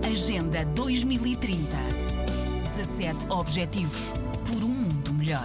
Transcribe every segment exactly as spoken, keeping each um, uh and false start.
Agenda dois mil e trinta. dezassete Objetivos por um mundo melhor.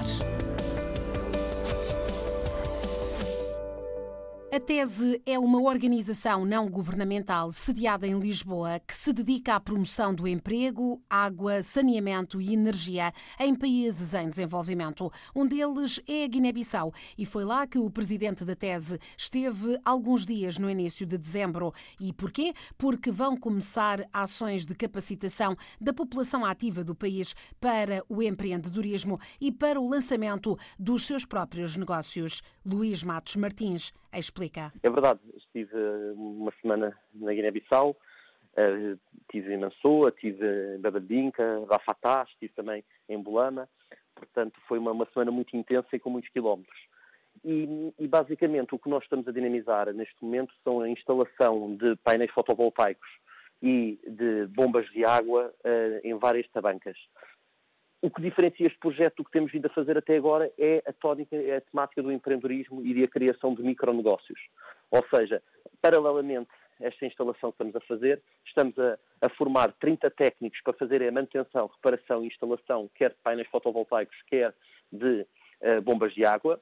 A TESE é uma organização não governamental sediada em Lisboa que se dedica à promoção do emprego, água, saneamento e energia em países em desenvolvimento. Um deles é a Guiné-Bissau e foi lá que o presidente da TESE esteve alguns dias no início de dezembro. E porquê? Porque vão começar ações de capacitação da população ativa do país para o empreendedorismo e para o lançamento dos seus próprios negócios. Luís Matos Martins explica. É verdade, estive uma semana na Guiné-Bissau, estive em Nansua, estive em Babadinka, Rafatá, estive também em Bulama, portanto foi uma, uma semana muito intensa e com muitos quilómetros. E, e basicamente o que nós estamos a dinamizar neste momento são a instalação de painéis fotovoltaicos e de bombas de água uh, em várias tabancas. O que diferencia este projeto do que temos vindo a fazer até agora é a, tónica, é a temática do empreendedorismo e da criação de micronegócios. Ou seja, paralelamente a esta instalação que estamos a fazer, estamos a, a formar trinta técnicos para fazerem a manutenção, reparação e instalação, quer de painéis fotovoltaicos, quer de uh, bombas de água,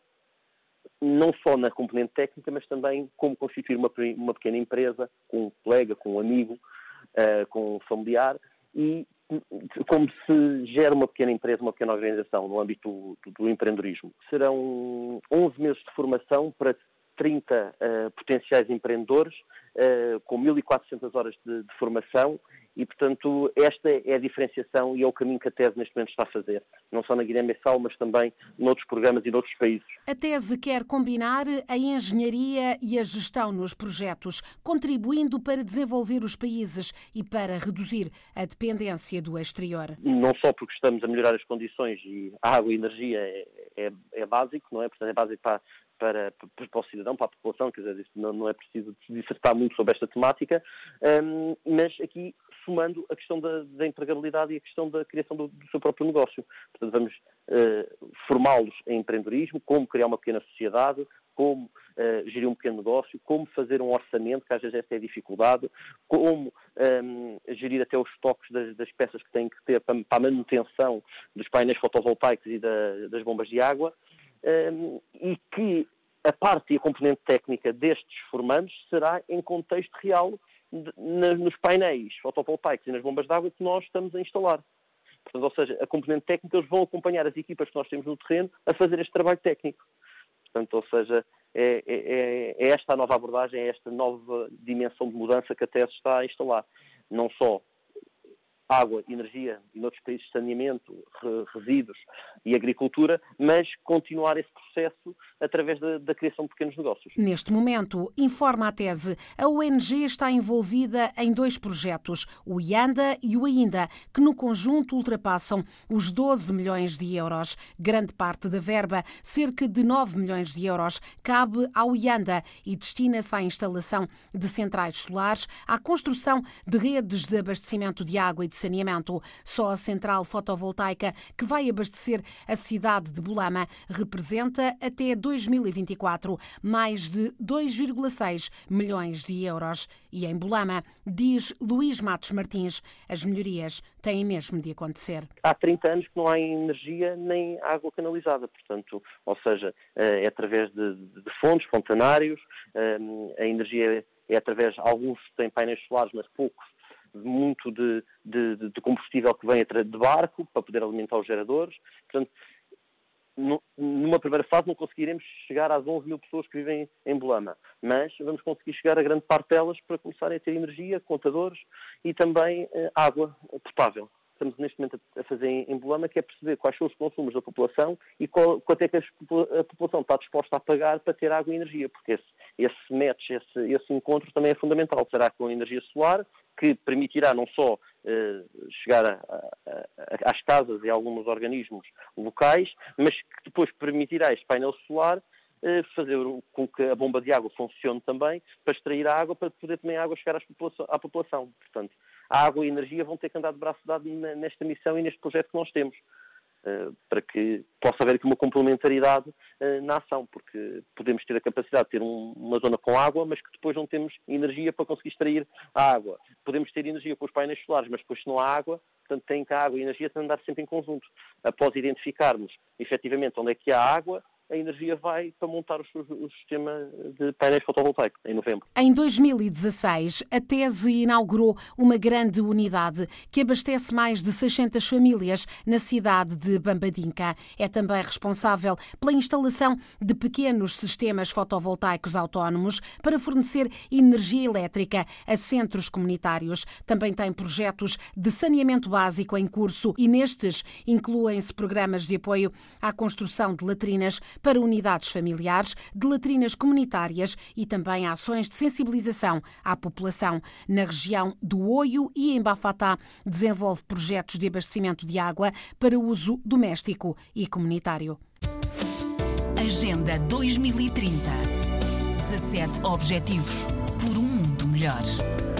não só na componente técnica, mas também como constituir uma, uma pequena empresa, com um colega, com um amigo, uh, com um familiar, e como se gera uma pequena empresa, uma pequena organização no âmbito do, do empreendedorismo. Serão onze meses de formação para trinta uh, potenciais empreendedores, uh, com mil e quatrocentas horas de, de formação e, portanto, esta é a diferenciação e é o caminho que a TESE neste momento está a fazer, não só na Guiné-Bissau, mas também noutros programas e noutros países. A TESE quer combinar a engenharia e a gestão nos projetos, contribuindo para desenvolver os países e para reduzir a dependência do exterior. Não só porque estamos a melhorar as condições e a água e a energia é, é, é básico, não é? Portanto, é básico para Para, para o cidadão, para a população, quer dizer, não, não é preciso dissertar muito sobre esta temática, um, mas aqui somando a questão da, da empregabilidade e a questão da criação do, do seu próprio negócio. Portanto, vamos uh, formá-los em empreendedorismo, como criar uma pequena sociedade, como uh, gerir um pequeno negócio, como fazer um orçamento, que às vezes essa é a dificuldade, como um, gerir até os estoques das, das peças que têm que ter para, para a manutenção dos painéis fotovoltaicos e da, das bombas de água. Um, e que a parte e a componente técnica destes formandos será em contexto real de, na, nos painéis fotovoltaicos e nas bombas de água que nós estamos a instalar. Portanto, ou seja, a componente técnica, eles vão acompanhar as equipas que nós temos no terreno a fazer este trabalho técnico. Portanto, ou seja, é, é, é esta a nova abordagem, é esta nova dimensão de mudança que a TESE está a instalar. Não só água, energia e noutros países saneamento, resíduos e agricultura, mas continuar esse processo através da, da criação de pequenos negócios. Neste momento, informa a TESE, a O N G está envolvida em dois projetos, o IANDA e o AINDA, que no conjunto ultrapassam os doze milhões de euros. Grande parte da verba, cerca de nove milhões de euros, cabe ao IANDA e destina-se à instalação de centrais solares, à construção de redes de abastecimento de água e de saneamento. Só a central fotovoltaica que vai abastecer a cidade de Bulama representa até dois mil e vinte e quatro mais de dois vírgula seis milhões de euros. E em Bulama, diz Luís Matos Martins, as melhorias têm mesmo de acontecer. Há trinta anos que não há energia nem água canalizada, portanto, ou seja, é através de, de fontes, fontanários, a energia é através, alguns têm painéis solares, mas poucos, muito de, de, de combustível que vem de barco para poder alimentar os geradores. Portanto, numa primeira fase não conseguiremos chegar às onze mil pessoas que vivem em Bulama, mas vamos conseguir chegar a grande parte delas para começarem a ter energia, contadores e também eh, água potável. Estamos neste momento a fazer em Bulama, que é perceber quais são os consumos da população e qual, quanto é que a população está disposta a pagar para ter água e energia, porque esse, esse match, esse, esse encontro também é fundamental. Será com a energia solar, que permitirá não só eh, chegar a, a, a, às casas e a alguns organismos locais, mas que depois permitirá este painel solar eh, fazer com que a bomba de água funcione também para extrair a água, para poder também a água chegar às população, à população. Portanto, a água e a energia vão ter que andar de braço dado nesta missão e neste projeto que nós temos. para que possa haver aqui uma complementaridade na ação, porque podemos ter a capacidade de ter um, uma zona com água, mas que depois não temos energia para conseguir extrair a água. Podemos ter energia com os painéis solares, mas depois se não há água, portanto tem que a água e a energia têm de andar sempre em conjunto. Após identificarmos efetivamente onde é que há água, a energia vai para montar o, o sistema de painéis fotovoltaicos, em novembro. Em dois mil e dezasseis, a TESE inaugurou uma grande unidade que abastece mais de seiscentas famílias na cidade de Bambadinka. É também responsável pela instalação de pequenos sistemas fotovoltaicos autónomos para fornecer energia elétrica a centros comunitários. Também tem projetos de saneamento básico em curso e nestes incluem-se programas de apoio à construção de latrinas para unidades familiares, de latrinas comunitárias e também ações de sensibilização à população. Na região do Oio e em Bafatá, desenvolve projetos de abastecimento de água para uso doméstico e comunitário. Agenda dois mil e trinta. dezassete Objetivos por um mundo melhor.